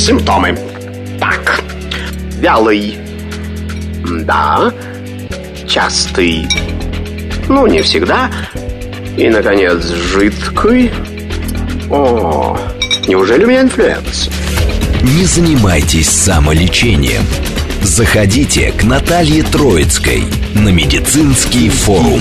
Симптомы. Так. Вялый. Да. Частый. Ну, не всегда. И, наконец, жидкий. О, неужели у меня инфлюенс? Не занимайтесь самолечением. Заходите к Наталье Троицкой на медицинский форум.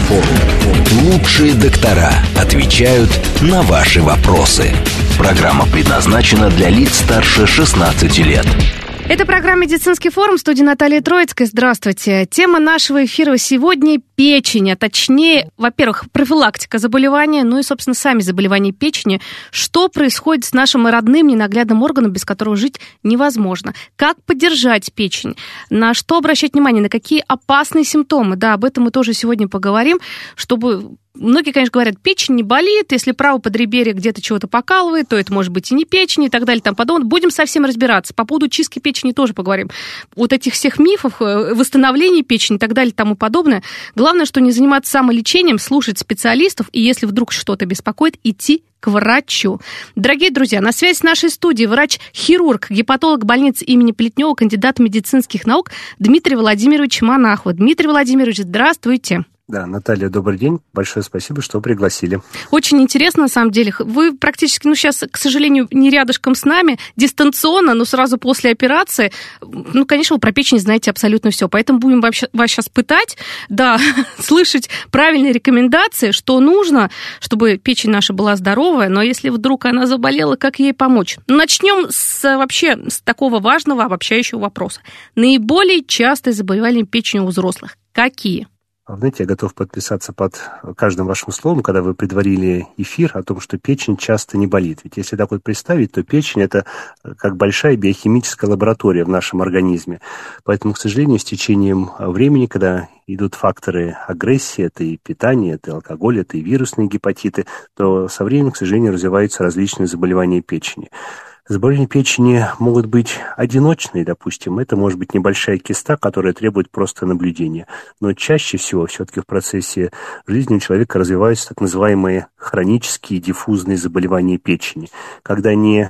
Лучшие доктора отвечают на ваши вопросы. Программа предназначена для лиц старше 16 лет. Это программа «Медицинский форум», в студии Наталья Троицкая. Здравствуйте. Тема нашего эфира сегодня – печень, а точнее, во-первых, профилактика заболевания, ну и, собственно, сами заболевания печени. Что происходит с нашим родным ненаглядным органом, без которого жить невозможно? Как поддержать печень? На что обращать внимание? На какие опасные симптомы? Да, об этом мы тоже сегодня поговорим, чтобы... Многие, конечно, говорят, печень не болит, если право подреберья где-то чего-то покалывает, то это может быть и не печень, и так далее, и тому подобное. Будем совсем разбираться. По поводу чистки печени тоже поговорим. Вот этих всех мифов, восстановления печени и так далее, и тому подобное. Главное, что не заниматься самолечением, слушать специалистов, и если вдруг что-то беспокоит, идти к врачу. Дорогие друзья, на связи с нашей студией врач-хирург, гепатолог больницы имени Плетнева, кандидат медицинских наук Дмитрий Владимирович Монахов. Дмитрий Владимирович, здравствуйте. Да, Наталья, добрый день. Большое спасибо, что пригласили. Очень интересно, на самом деле. Вы практически, сейчас, к сожалению, не рядышком с нами, дистанционно, но сразу после операции. Конечно, вы про печень знаете абсолютно все. Поэтому будем вас сейчас пытать, да, слышать правильные рекомендации, что нужно, чтобы печень наша была здоровая, но если вдруг она заболела, как ей помочь? Начнем с такого важного обобщающего вопроса. Наиболее частые заболевания печени у взрослых. Какие? Знаете, я готов подписаться под каждым вашим словом, когда вы предварили эфир о том, что печень часто не болит. Ведь если так вот представить, то печень – это как большая биохимическая лаборатория в нашем организме. Поэтому, к сожалению, с течением времени, когда идут факторы агрессии, это и питание, это и алкоголь, это и вирусные гепатиты, то со временем, к сожалению, развиваются различные заболевания печени. Заболевания печени могут быть одиночные, допустим. Это может быть небольшая киста, которая требует просто наблюдения. Но чаще всего все-таки в процессе жизни у человека развиваются так называемые хронические диффузные заболевания печени, когда не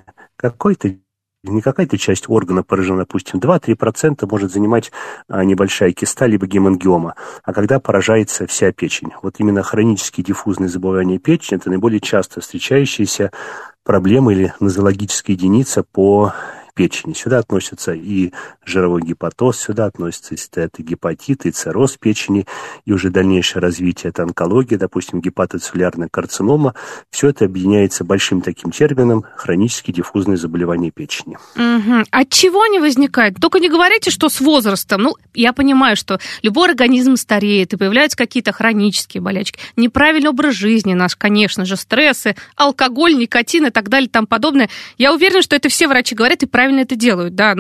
какая-то часть органа поражена, допустим, 2-3% может занимать небольшая киста, либо гемангиома, а когда поражается вся печень. Вот именно хронические диффузные заболевания печени – это наиболее часто встречающиеся проблемы или нозологическая единица по печени. Сюда относятся и жировой гепатоз, сюда относятся и стеатогепатит, и цирроз печени, и уже дальнейшее развитие – это онкология, допустим, гепатоцеллюлярная карцинома. Все это объединяется большим таким термином – хронические диффузные заболевания печени. Угу. От чего они возникают? Только не говорите, что с возрастом. Я понимаю, что любой организм стареет, и появляются какие-то хронические болячки. Неправильный образ жизни наш, конечно же, стрессы, алкоголь, никотин и так далее, и тому подобное. Я уверена, что это все врачи говорят и правильно это делают, да.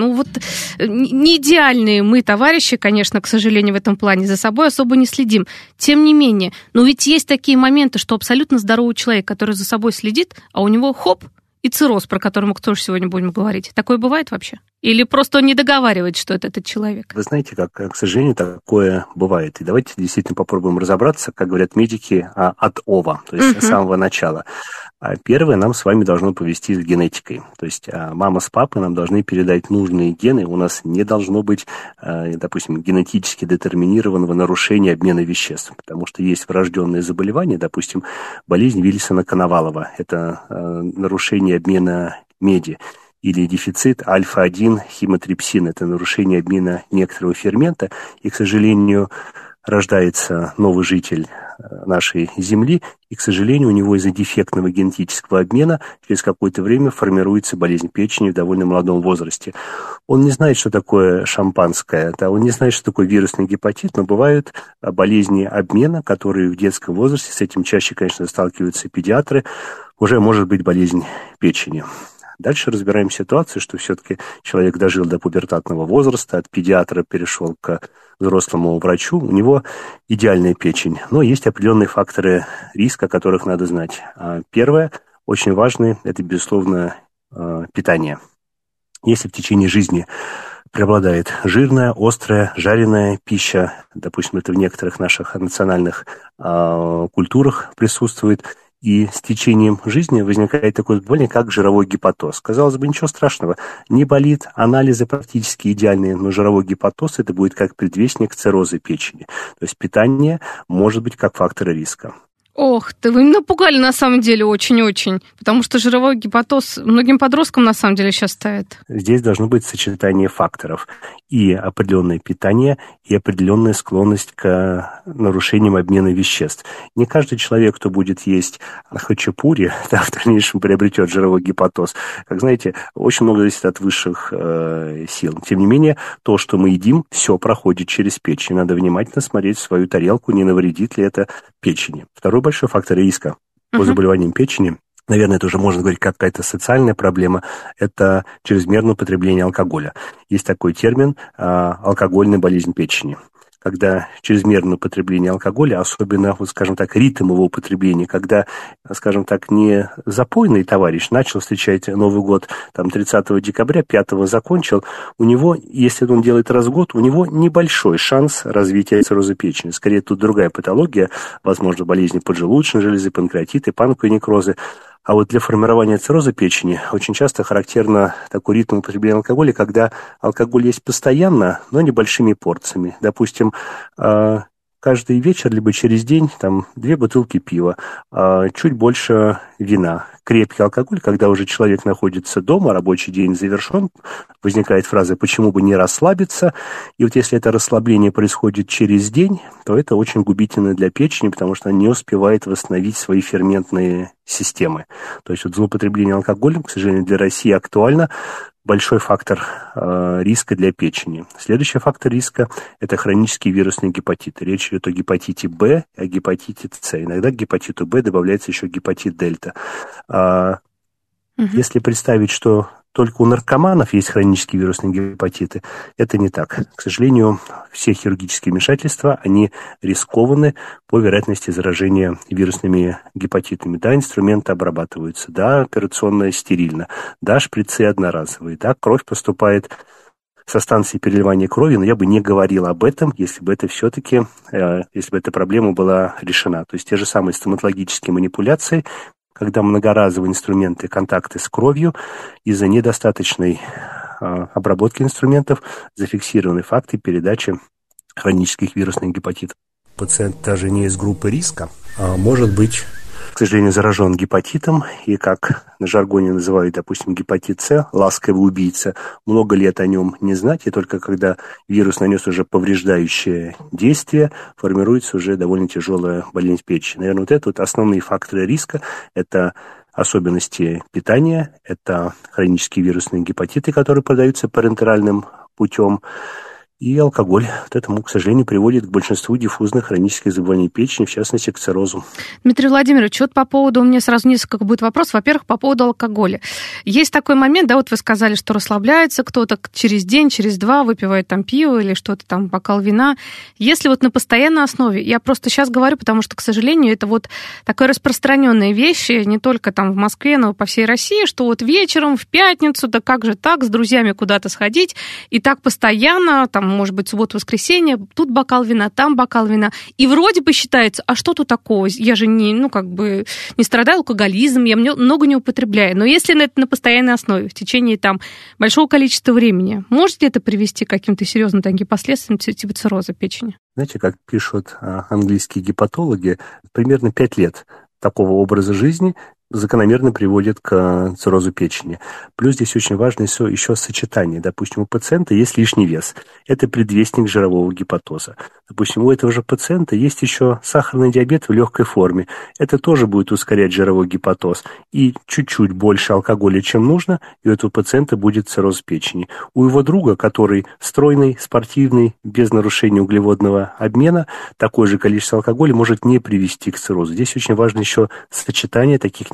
Не идеальные мы, товарищи, конечно, к сожалению, в этом плане, за собой особо не следим. Тем не менее, ведь есть такие моменты, что абсолютно здоровый человек, который за собой следит, а у него хоп, и цирроз, про который мы тоже сегодня будем говорить. Такое бывает вообще? Или просто он не договаривает, что это этот человек? Вы знаете, к сожалению, такое бывает. И давайте действительно попробуем разобраться, как говорят медики, от ова, то есть с самого начала. Первое, нам с вами должно повести с генетикой. То есть мама с папой нам должны передать нужные гены. У нас не должно быть, допустим, генетически детерминированного нарушения обмена веществ. Потому что есть врожденные заболевания, допустим, болезнь Вильсона-Коновалова. Это нарушение обмена меди. Или дефицит альфа-1 химотрипсина. Это нарушение обмена некоторого фермента. И, к сожалению, рождается новый житель нашей Земли, и, к сожалению, у него из-за дефектного генетического обмена через какое-то время формируется болезнь печени в довольно молодом возрасте. Он не знает, что такое шампанское, он не знает, что такое вирусный гепатит, но бывают болезни обмена, которые в детском возрасте, с этим чаще, конечно, сталкиваются педиатры, уже может быть болезнь печени. Дальше разбираем ситуацию, что все-таки человек дожил до пубертатного возраста, от педиатра перешел к взрослому врачу, у него идеальная печень. Но есть определенные факторы риска, о которых надо знать. Первое, очень важное, это, безусловно, питание. Если в течение жизни преобладает жирная, острая, жареная пища, допустим, это в некоторых наших национальных культурах присутствует, И с течением жизни возникает такое заболевание, как жировой гепатоз. Казалось бы, ничего страшного, не болит, анализы практически идеальные, но жировой гепатоз это будет как предвестник цирроза печени. То есть питание может быть как фактор риска. Ох, ты вы меня напугали на самом деле очень-очень, потому что жировой гепатоз многим подросткам на самом деле сейчас ставят. Здесь должно быть сочетание факторов. И определенное питание, и определенная склонность к нарушениям обмена веществ. Не каждый человек, кто будет есть хачапури, в дальнейшем приобретет жировой гепатоз. Как знаете, очень много зависит от высших сил. Тем не менее, то, что мы едим, все проходит через печень. Надо внимательно смотреть в свою тарелку, не навредит ли это печени. Второй большой фактор риска по заболеваниям печени, наверное, это уже можно говорить как какая-то социальная проблема, это чрезмерное употребление алкоголя. Есть такой термин алкогольная болезнь печени. Когда чрезмерное употребление алкоголя, особенно, скажем так, ритм его употребления, когда, скажем так, не запойный товарищ начал встречать Новый год 30 декабря, 5 закончил, у него, если он делает раз в год, у него небольшой шанс развития цирроза печени. Скорее, тут другая патология, возможно, болезни поджелудочной железы, панкреатиты, панконекрозы. А вот для формирования цирроза печени очень часто характерно такой ритм употребления алкоголя, когда алкоголь есть постоянно, но небольшими порциями. Допустим, каждый вечер, либо через день, 2 бутылки пива, чуть больше вина. Крепкий алкоголь, когда уже человек находится дома, рабочий день завершен, возникает фраза «почему бы не расслабиться?». И вот если это расслабление происходит через день, то это очень губительно для печени, потому что она не успевает восстановить свои ферментные системы. То есть вот злоупотребление алкоголем, к сожалению, для России актуально. Большой фактор риска для печени. Следующий фактор риска – это хронические вирусные гепатиты. Речь идет о гепатите Б и о гепатите С. Иногда к гепатиту Б добавляется еще гепатит дельта. Если представить, что только у наркоманов есть хронические вирусные гепатиты, это не так. К сожалению, все хирургические вмешательства, они рискованы по вероятности заражения вирусными гепатитами. Да, инструменты обрабатываются, да, операционная стерильно, да, шприцы одноразовые, да, кровь поступает со станции переливания крови, но я бы не говорил об этом, если бы это все-таки, если бы эта проблема была решена. То есть те же самые стоматологические манипуляции, когда многоразовые инструменты, контакты с кровью, из-за недостаточной обработки инструментов зафиксированы факты передачи хронических вирусных гепатитов. Пациент даже не из группы риска, может быть, к сожалению, заражен гепатитом, и, как на жаргоне называют, допустим, гепатит С, ласковый убийца, много лет о нем не знать, и только когда вирус нанес уже повреждающее действие, формируется уже довольно тяжелая болезнь печени. Наверное, вот это вот основные факторы риска, это особенности питания, это хронические вирусные гепатиты, которые подаются парентеральным путем, и алкоголь. Вот этому, к сожалению, приводит к большинству диффузных хронических заболеваний печени, в частности, к циррозу. Дмитрий Владимирович, вот по поводу, у меня сразу несколько будет вопросов. Во-первых, по поводу алкоголя. Есть такой момент, да, вот вы сказали, что расслабляется кто-то через день, через два выпивает пиво или что-то бокал вина. Если вот на постоянной основе, я просто сейчас говорю, потому что, к сожалению, это вот такая распространенная вещь, не только в Москве, но по всей России, что вот вечером в пятницу, да как же так, с друзьями куда-то сходить, и так постоянно, может быть, суббота-воскресенье, тут бокал вина, там бокал вина. И вроде бы считается, а что тут такого? Я же не страдаю алкоголизмом, я много не употребляю. Но если это на постоянной основе, в течение большого количества времени, может ли это привести к каким-то серьезным таким последствиям типа цирроза печени? Знаете, как пишут английские гепатологи, примерно 5 лет такого образа жизни закономерно приводит к циррозу печени. Плюс здесь очень важно еще сочетание. Допустим, у пациента есть лишний вес. Это предвестник жирового гепатоза. Допустим, у этого же пациента есть еще сахарный диабет в легкой форме. Это тоже будет ускорять жировой гепатоз. И чуть-чуть больше алкоголя, чем нужно, и у этого пациента будет цирроз печени. У его друга, который стройный, спортивный, без нарушения углеводного обмена, такое же количество алкоголя может не привести к циррозу. Здесь очень важно еще сочетание таких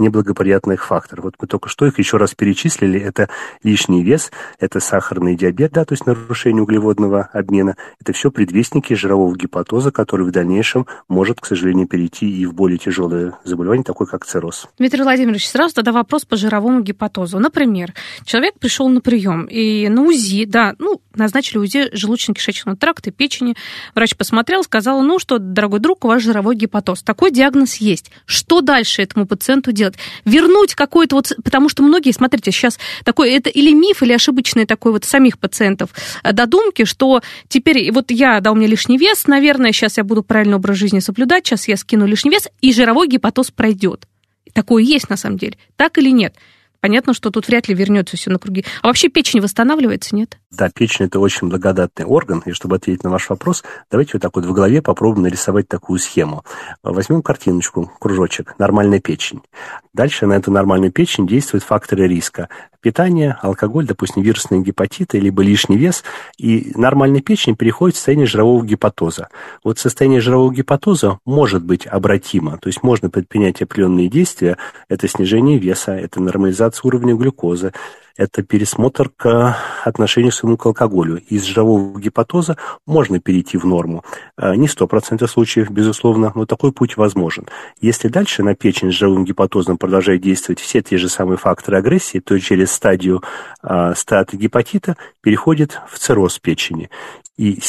неблагоприятных факторов. Вот мы только что их еще раз перечислили. Это лишний вес, это сахарный диабет, да, то есть нарушение углеводного обмена. Это все предвестники жирового гепатоза, который в дальнейшем может, к сожалению, перейти и в более тяжелое заболевание, такое как цирроз. Дмитрий Владимирович, сразу тогда вопрос по жировому гепатозу. Например, человек пришел на прием, и на УЗИ, да, назначили УЗИ желудочно-кишечного тракта и печени. Врач посмотрел, сказал, что, дорогой друг, у вас жировой гепатоз. Такой диагноз есть. Что дальше этому пациенту делать? Вернуть какой-то потому что многие, смотрите, сейчас такой, это или миф, или ошибочный такой самих пациентов додумки, что теперь у меня лишний вес, наверное, сейчас я буду правильный образ жизни соблюдать, сейчас я скину лишний вес, и жировой гепатоз пройдет. Такое есть на самом деле. Так или нет? Понятно, что тут вряд ли вернется все на круги. А вообще печень восстанавливается, нет? Да, печень – это очень благодатный орган. И чтобы ответить на ваш вопрос, давайте вот так вот в голове попробуем нарисовать такую схему. Возьмем картиночку, кружочек, нормальная печень. Дальше на эту нормальную печень действуют факторы риска. Питание, алкоголь, допустим, вирусные гепатиты, либо лишний вес. И нормальная печень переходит в состояние жирового гепатоза. Вот состояние жирового гепатоза может быть обратимо. То есть можно предпринять определенные действия. Это снижение веса, это нормализация уровня глюкозы, это пересмотр к отношению своему к алкоголю. Из жирового гепатоза можно перейти в норму. Не 100% случаев, безусловно, но такой путь возможен. Если дальше на печень с жировым гепатозом продолжают действовать все те же самые факторы агрессии, то через стадию стеатогепатита переходит в цирроз печени. И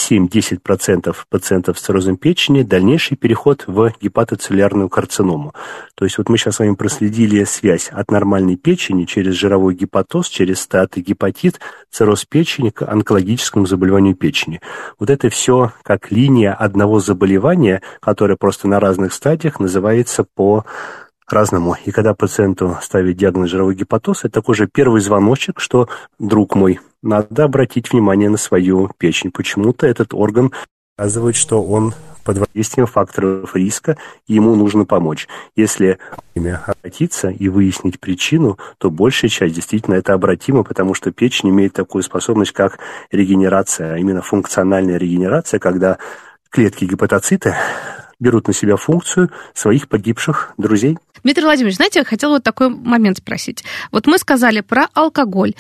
7-10% пациентов с циррозом печени дальнейший переход в гепатоцеллярную карциному. То есть вот мы сейчас с вами проследили связь от нормальной печени через жировой гепатоз, через стеатогепатит, цирроз печени к онкологическому заболеванию печени. Вот это все как линия одного заболевания, которое просто на разных стадиях называется по-разному. И когда пациенту ставят диагноз жировой гепатоз, это такой же первый звоночек, что, друг мой, надо обратить внимание на свою печень. Почему-то этот орган показывает, что он под воздействием факторов риска, и ему нужно помочь. Если обратиться и выяснить причину, то большая часть действительно это обратимо, потому что печень имеет такую способность, как регенерация, а именно функциональная регенерация, когда клетки гепатоцита берут на себя функцию своих погибших друзей. Дмитрий Владимирович, знаете, я хотела вот такой момент спросить. Вот мы сказали про алкоголь,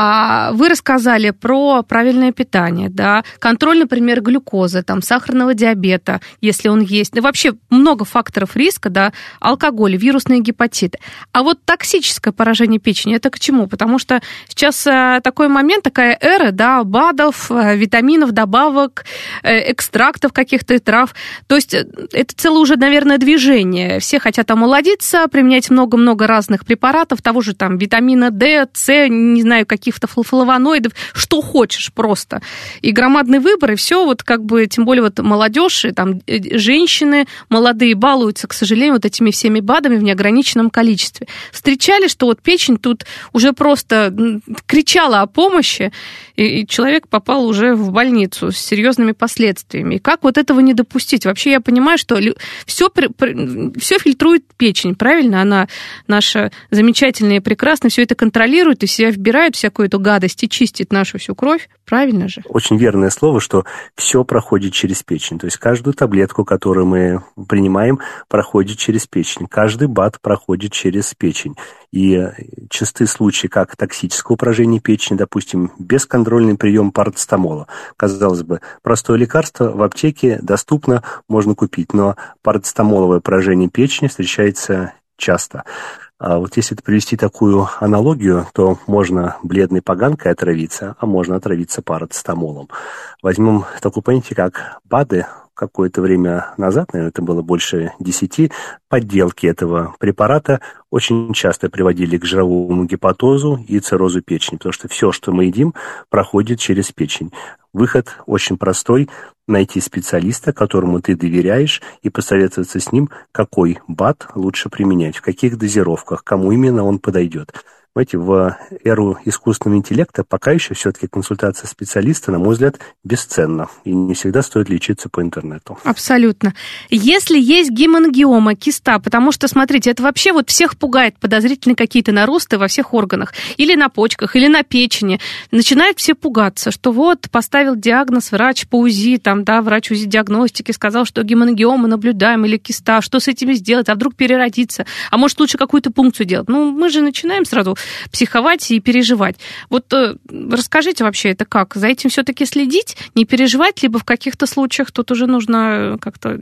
вы рассказали про правильное питание, да, контроль, например, глюкозы, сахарного диабета, если он есть. Да вообще много факторов риска, да, алкоголь, вирусные гепатиты. А вот токсическое поражение печени, это к чему? Потому что сейчас такой момент, такая эра, да, БАДов, витаминов, добавок, экстрактов каких-то и трав. То есть это целое уже, наверное, движение. Все хотят омолодиться, применять много-много разных препаратов, того же витамина D, С, не знаю, каких-то флавоноидов, что хочешь просто. И громадный выбор, и все, тем более молодежь, и, женщины молодые балуются, к сожалению, этими всеми БАДами в неограниченном количестве. Встречали, что печень тут уже просто кричала о помощи, и человек попал уже в больницу с серьезными последствиями. И как этого не допустить? Вообще я понимаю, что все фильтрует печень, правильно? Она наша замечательная и прекрасная, все это контролирует, и в себя вбирает всякую эту гадость и чистит нашу всю кровь, правильно же? Очень верное слово, что все проходит через печень. То есть каждую таблетку, которую мы принимаем, проходит через печень. Каждый БАД проходит через печень. И частые случаи, как токсического поражения печени, допустим, бесконтрольный прием парацетамола. Казалось бы, простое лекарство в аптеке доступно, можно купить, но парацетамоловое поражение печени встречается часто. А вот если привести такую аналогию, то можно бледной поганкой отравиться, а можно отравиться парацетамолом. Возьмем такое понятие, как БАДы. Какое-то время назад, наверное, это было больше 10, подделки этого препарата очень часто приводили к жировому гепатозу и циррозу печени, потому что все, что мы едим, проходит через печень. Выход очень простой – найти специалиста, которому ты доверяешь, и посоветоваться с ним, какой БАД лучше применять, в каких дозировках, кому именно он подойдет. Знаете, в эру искусственного интеллекта пока еще все-таки консультация специалиста, на мой взгляд, бесценна. И не всегда стоит лечиться по интернету. Абсолютно. Если есть гемангиома, киста, потому что, смотрите, это вообще вот всех пугает, подозрительные какие-то наросты во всех органах, или на почках, или на печени. Начинают все пугаться, что вот поставил диагноз врач по УЗИ, там, да, врач УЗИ диагностики сказал, что гемангиома наблюдаем, или киста, что с этим сделать, а вдруг переродится, а может лучше какую-то пункцию делать. Ну, мы же начинаем сразу психовать и переживать. Вот расскажите вообще, это как? За этим все-таки следить, не переживать, либо в каких-то случаях тут уже нужно как-то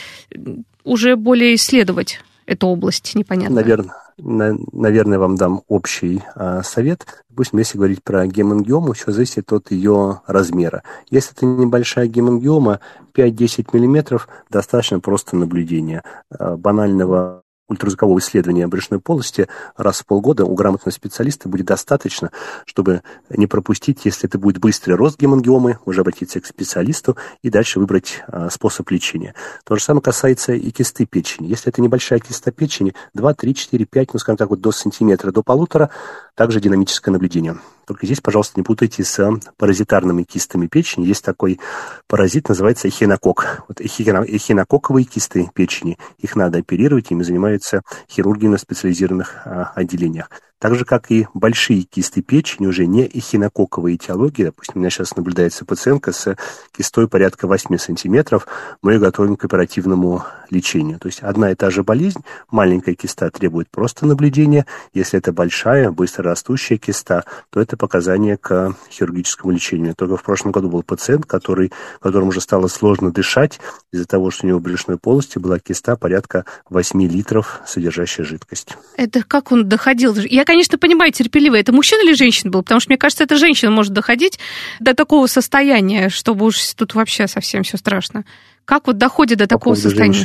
уже более исследовать эту область, непонятно. Наверное, вам дам общий совет. Допустим, если говорить про гемангиому, все зависит от ее размера. Если это небольшая гемангиома, 5-10 мм, достаточно просто наблюдения. Банального ультразвукового исследования брюшной полости раз в полгода у грамотного специалиста будет достаточно, чтобы не пропустить, если это будет быстрый рост гемангиомы, уже обратиться к специалисту и дальше выбрать способ лечения. То же самое касается и кисты печени. Если это небольшая киста печени, 2, 3, 4, 5, ну, скажем так, вот до сантиметра, до 1,5, также динамическое наблюдение. Только здесь, пожалуйста, не путайте с паразитарными кистами печени. Есть такой паразит, называется эхинококк. Вот эхинококковые кисты печени. Их надо оперировать, ими занимаются хирурги на специализированных отделениях. Так же, как и большие кисты печени, уже не эхинококковой этиологии. Допустим, у меня сейчас наблюдается пациентка с кистой порядка 8 сантиметров. Мы ее готовим к оперативному лечению. То есть одна и та же болезнь, маленькая киста требует просто наблюдения. Если это большая, быстрорастущая киста, то это показание к хирургическому лечению. Только в прошлом году был пациент, которому уже стало сложно дышать из-за того, что у него в брюшной полости была киста порядка 8 литров, содержащая жидкость. Это как он доходил? Я, конечно, понимаю, терпеливо, это мужчина или женщина был? Потому что, мне кажется, это женщина может доходить до такого состояния, чтобы уж тут вообще совсем все страшно. Как вот доходит до такого состояния?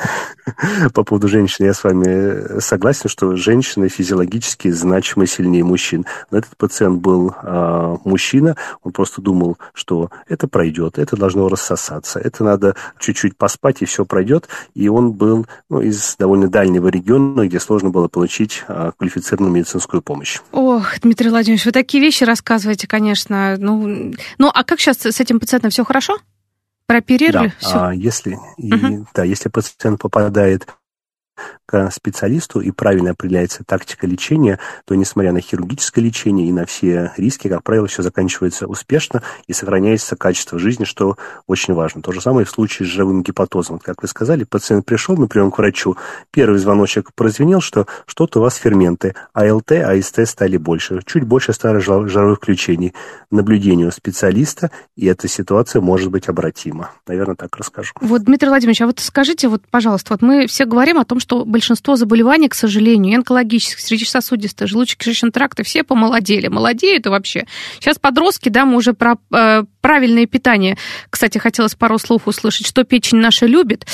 По поводу женщин я с вами согласен, что женщины физиологически значимо сильнее мужчин. Но этот пациент был мужчина, он просто думал, что это пройдет, это должно рассосаться, это надо чуть-чуть поспать, и все пройдет. И он был из довольно дальнего региона, где сложно было получить квалифицированную медицинскую помощь. Ох, Дмитрий Владимирович, вы такие вещи рассказываете, конечно. Ну, а как сейчас с этим пациентом, все хорошо? Прооперировали? Да, если пациент попадает к специалисту и правильно определяется тактика лечения, то, несмотря на хирургическое лечение и на все риски, как правило, все заканчивается успешно и сохраняется качество жизни, что очень важно. То же самое в случае с жировым гепатозом. Как вы сказали, пациент пришел на прием к врачу, первый звоночек прозвенел, что что-то у вас ферменты, АЛТ, АСТ стали больше, чуть больше стало жировых включений. Наблюдение у специалиста, и эта ситуация может быть обратима. Наверное, так расскажу. Вот, Дмитрий Владимирович, а вот скажите, пожалуйста, мы все говорим о том, что большинство заболеваний, к сожалению, и онкологических, сердечно-сосудистых, желудочно-кишечного тракта, все помолодели. Молодеют и вообще. Сейчас подростки, да, мы уже про правильное питание. Кстати, хотелось пару слов услышать, что печень наша любит.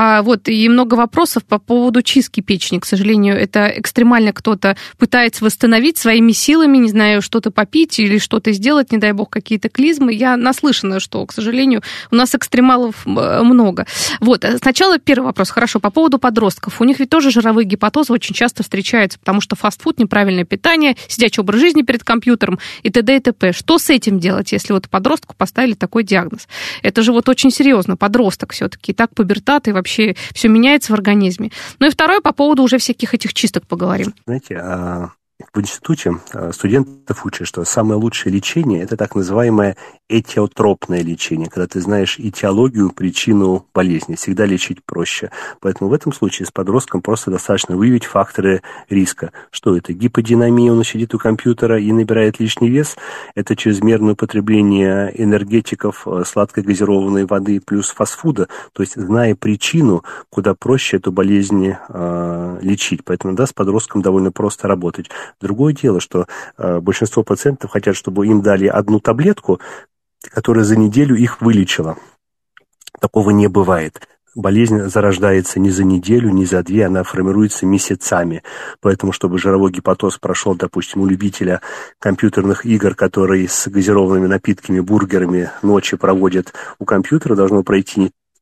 И много вопросов по поводу чистки печени. К сожалению, это экстремально кто-то пытается восстановить своими силами, не знаю, что-то попить или что-то сделать, не дай бог, какие-то клизмы. Я наслышана, что, к сожалению, у нас экстремалов много. Сначала первый вопрос. Хорошо, по поводу подростков. У них ведь тоже жировые гепатозы очень часто встречаются, потому что фастфуд, неправильное питание, сидячий образ жизни перед компьютером и т.д. и т.п. Что с этим делать, если подростку поставили такой диагноз? Это же очень серьезно. Подросток все-таки. И так пубертат, и вообще все меняется в организме. Ну и второе, по поводу уже всяких этих чисток поговорим. Знаете, в институте студентов учат, что самое лучшее лечение – это так называемое этиотропное лечение, когда ты знаешь этиологию, причину болезни. Всегда лечить проще. Поэтому в этом случае с подростком просто достаточно выявить факторы риска. Что это? Гиподинамия, он сидит у компьютера и набирает лишний вес. Это чрезмерное употребление энергетиков, сладкой газированной воды плюс фастфуда. То есть, зная причину, куда проще эту болезнь лечить. Поэтому, с подростком довольно просто работать. Другое дело, что большинство пациентов хотят, чтобы им дали одну таблетку, которая за неделю их вылечила. Такого не бывает. Болезнь зарождается не за неделю, не за 2, она формируется месяцами. Поэтому, чтобы жировой гепатоз прошел, допустим, у любителя компьютерных игр, который с газированными напитками, бургерами ночи проводит у компьютера, должно пройти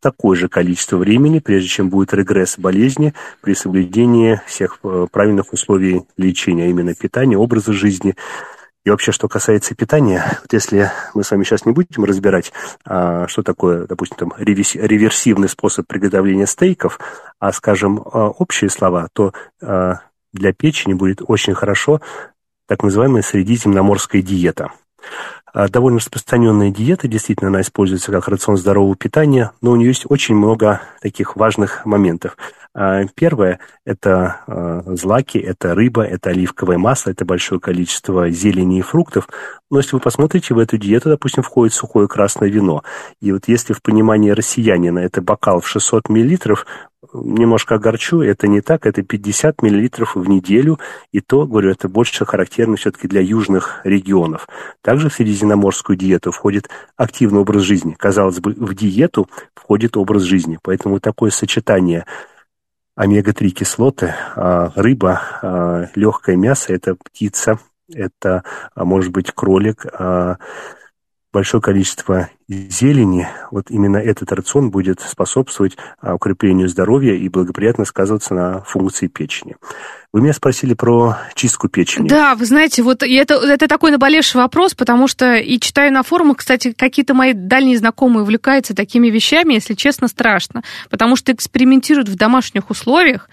такое же количество времени, прежде чем будет регресс болезни при соблюдении всех правильных условий лечения, а именно питания, образа жизни. И вообще, что касается питания, вот если мы с вами сейчас не будем разбирать, что такое, допустим, там, реверсивный способ приготовления стейков, а скажем общие слова, то для печени будет очень хорошо так называемая средиземноморская диета. Довольно распространенная диета, действительно, она используется как рацион здорового питания, но у нее есть очень много таких важных моментов. Первое – это злаки, это рыба, это оливковое масло, это большое количество зелени и фруктов. Но если вы посмотрите, в эту диету, допустим, входит сухое красное вино. И вот если в понимании россиянина это бокал в 600 миллилитров, немножко огорчу, это не так, это 50 миллилитров в неделю, и то, говорю, это больше характерно все-таки для южных регионов. Также в средиземноморскую диету входит активный образ жизни. Казалось бы, в диету входит образ жизни, поэтому такое сочетание омега-3 кислоты, рыба, легкое мясо, это птица, это может быть кролик, большое количество зелени, вот именно этот рацион будет способствовать укреплению здоровья и благоприятно сказываться на функции печени. Вы меня спросили про чистку печени. Да, вы знаете, вот это такой наболевший вопрос, потому что и читаю на форумах, кстати, какие-то мои дальние знакомые увлекаются такими вещами, если честно, страшно, потому что экспериментируют в домашних условиях.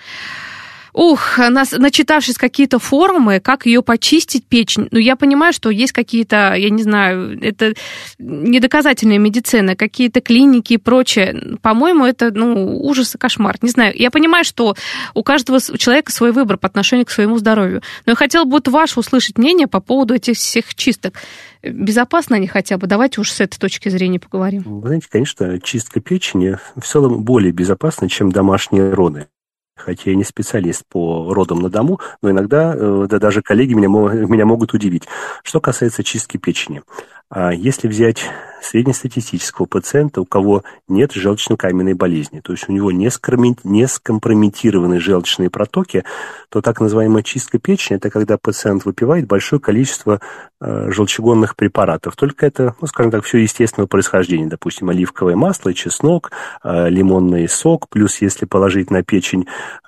Начитавшись какие-то форумы, как ее почистить, печень. Я понимаю, что есть какие-то, я не знаю, это недоказательная медицина, какие-то клиники и прочее. По-моему, это, ужас и кошмар. Не знаю. Я понимаю, что у каждого человека свой выбор по отношению к своему здоровью. Но я хотела бы ваше услышать мнение по поводу этих всех чисток. Безопасны они хотя бы? Давайте уж с этой точки зрения поговорим. Вы знаете, конечно, чистка печени в целом более безопасна, чем домашние роды. Хотя я не специалист по родам на дому, но иногда даже коллеги меня могут удивить. Что касается чистки печени. Если взять среднестатистического пациента, у кого нет желчно-каменной болезни, то есть у него не скомпрометированы желчные протоки, то так называемая чистка печени – это когда пациент выпивает большое количество желчегонных препаратов. Только это, скажем так, все естественного происхождения. Допустим, оливковое масло, чеснок, лимонный сок, плюс если положить на печень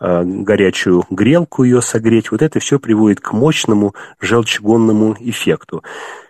горячую грелку, ее согреть, вот это все приводит к мощному желчегонному эффекту.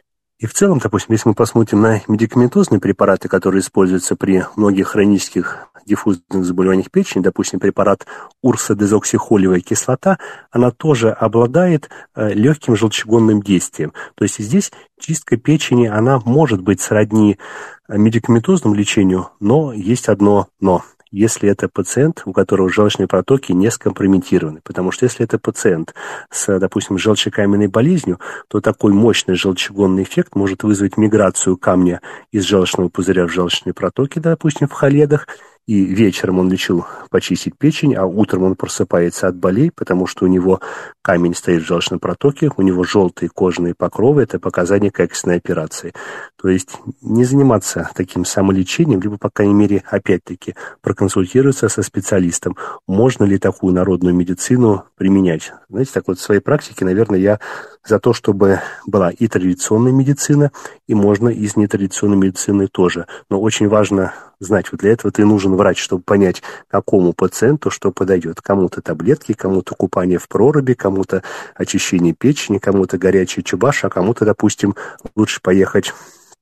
И в целом, допустим, если мы посмотрим на медикаментозные препараты, которые используются при многих хронических диффузных заболеваниях печени, допустим, препарат урсодезоксихолевая кислота, она тоже обладает легким желчегонным действием. То есть здесь чистка печени, она может быть сродни медикаментозному лечению, но есть одно «но». Если это пациент, у которого желчные протоки не скомпрометированы. Потому что если это пациент с, допустим, желчекаменной болезнью, то такой мощный желчегонный эффект может вызвать миграцию камня из желчного пузыря в желчные протоки, допустим, в холедах. И вечером он решил почистить печень, а утром он просыпается от болей, потому что у него камень стоит в желчном протоке, у него желтые кожные покровы, это показания качественной операции. То есть не заниматься таким самолечением, либо, по крайней мере, опять-таки, проконсультироваться со специалистом, можно ли такую народную медицину применять. Знаете, так вот в своей практике, наверное, я за то, чтобы была и традиционная медицина, и можно и с нетрадиционной медициной тоже. Но очень важно знать, вот для этого ты нужен врач, чтобы понять, какому пациенту что подойдет. Кому-то таблетки, кому-то купание в проруби, кому-то очищение печени, кому-то горячий чубаш, а кому-то, допустим, лучше поехать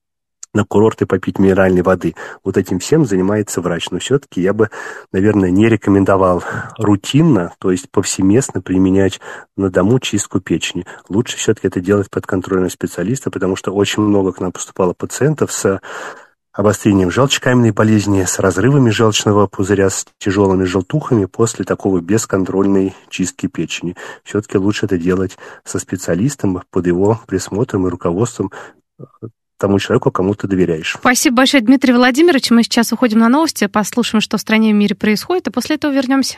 на курорт и попить минеральной воды. Вот этим всем занимается врач. Но все-таки я бы, наверное, не рекомендовал рутинно, то есть повсеместно применять на дому чистку печени. Лучше все-таки это делать под контролем специалиста, потому что очень много к нам поступало пациентов с обострением желчекаменной болезни, с разрывами желчного пузыря, с тяжелыми желтухами после такого бесконтрольной чистки печени. Все-таки лучше это делать со специалистом, под его присмотром и руководством, тому человеку, кому ты доверяешь. Спасибо большое, Дмитрий Владимирович. Мы сейчас уходим на новости, послушаем, что в стране и в мире происходит, и после этого вернемся.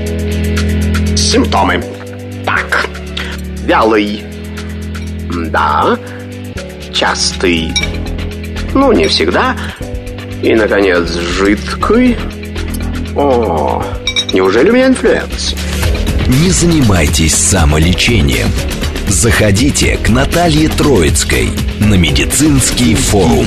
Симптомы. Так. Вялый. Да. Частый. Не всегда. И, наконец, жидкий. Неужели у меня инфлюенс? Не занимайтесь самолечением. Заходите к Наталье Троицкой на медицинский форум.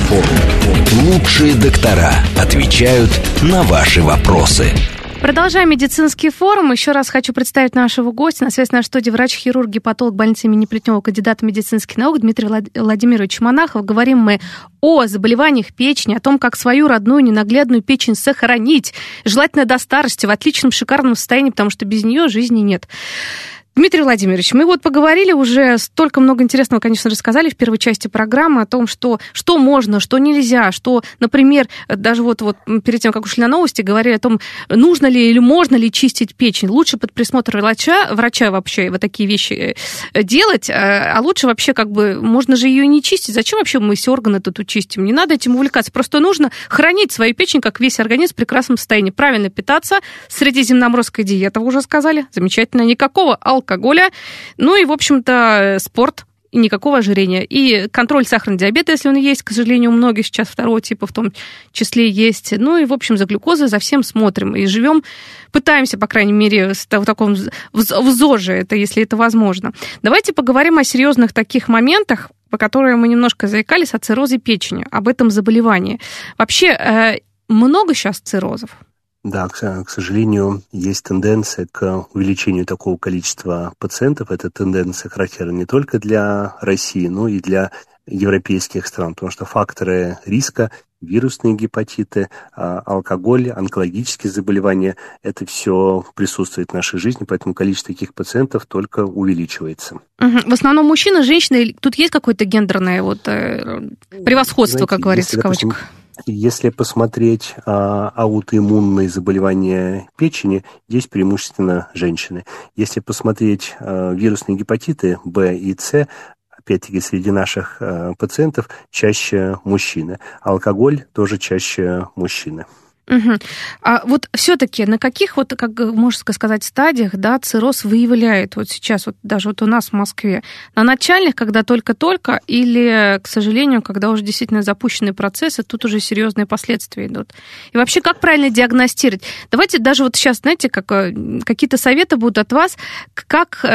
Лучшие доктора отвечают на ваши вопросы. Продолжаем медицинский форум. Еще раз хочу представить нашего гостя. На связи в нашей студии врач-хирург, гепатолог больницы имени Плетнева, кандидат медицинских наук Дмитрий Владимирович Монахов. Говорим мы о заболеваниях печени, о том, как свою родную ненаглядную печень сохранить, желательно до старости, в отличном, шикарном состоянии, потому что без нее жизни нет. Дмитрий Владимирович, мы вот поговорили уже, столько много интересного, конечно, рассказали в первой части программы о том, что можно, что нельзя, что, например, даже вот перед тем, как ушли на новости, говорили о том, нужно ли или можно ли чистить печень. Лучше под присмотр врача вообще вот такие вещи делать, а лучше вообще можно же ее и не чистить. Зачем вообще мы все органы тут чистим? Не надо этим увлекаться. Просто нужно хранить свою печень, как весь организм, в прекрасном состоянии. Правильно питаться, средиземноморская диета, вы уже сказали, замечательно, никакого алкоголя, ну и, в общем-то, спорт, и никакого ожирения. И контроль сахарного диабета, если он есть, к сожалению, у многих сейчас второго типа в том числе есть. Ну и, в общем, за глюкозой, за всем смотрим. И живем, пытаемся, по крайней мере, в таком ЗОЖе, это, если это возможно. Давайте поговорим о серьезных таких моментах, по которым мы немножко заикались, о циррозе печени, об этом заболевании. Вообще, много сейчас циррозов? Да, к сожалению, есть тенденция к увеличению такого количества пациентов. Эта тенденция характерна не только для России, но и для европейских стран, потому что факторы риска, вирусные гепатиты, алкоголь, онкологические заболевания, это все присутствует в нашей жизни, поэтому количество таких пациентов только увеличивается. В основном мужчины, женщины, тут есть какое-то гендерное превосходство, знаете, как говорится, в кавычках? Если посмотреть аутоиммунные заболевания печени, здесь преимущественно женщины. Если посмотреть вирусные гепатиты Б и С, опять-таки среди наших пациентов чаще мужчины. Алкоголь тоже чаще мужчины. Угу. А вот все-таки на каких, как можно сказать, стадиях, да, цирроз выявляет вот сейчас, даже у нас в Москве? На начальных, когда только-только, или, к сожалению, когда уже действительно запущены процессы, тут уже серьезные последствия идут? И вообще, как правильно диагностировать? Давайте даже сейчас, знаете, какие-то советы будут от вас, как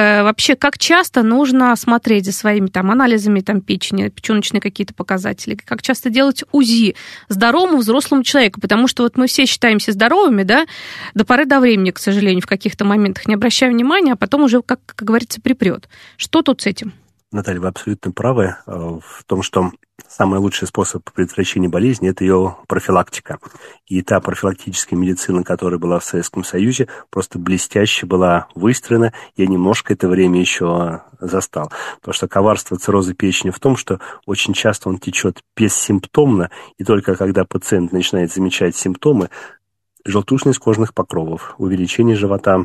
часто нужно смотреть за своими анализами печени, печеночные какие-то показатели, как часто делать УЗИ здоровому взрослому человеку, потому что мы все считаемся здоровыми, да, до поры до времени, к сожалению, в каких-то моментах, не обращая внимания, а потом уже, как говорится, припрет. Что тут с этим? Наталья, вы абсолютно правы в том, что самый лучший способ предотвращения болезни – это ее профилактика. И та профилактическая медицина, которая была в Советском Союзе, просто блестяще была выстроена. Я немножко это время еще застал. Потому что коварство цирроза печени в том, что очень часто он течет бессимптомно, и только когда пациент начинает замечать симптомы, желтушность кожных покровов, увеличение живота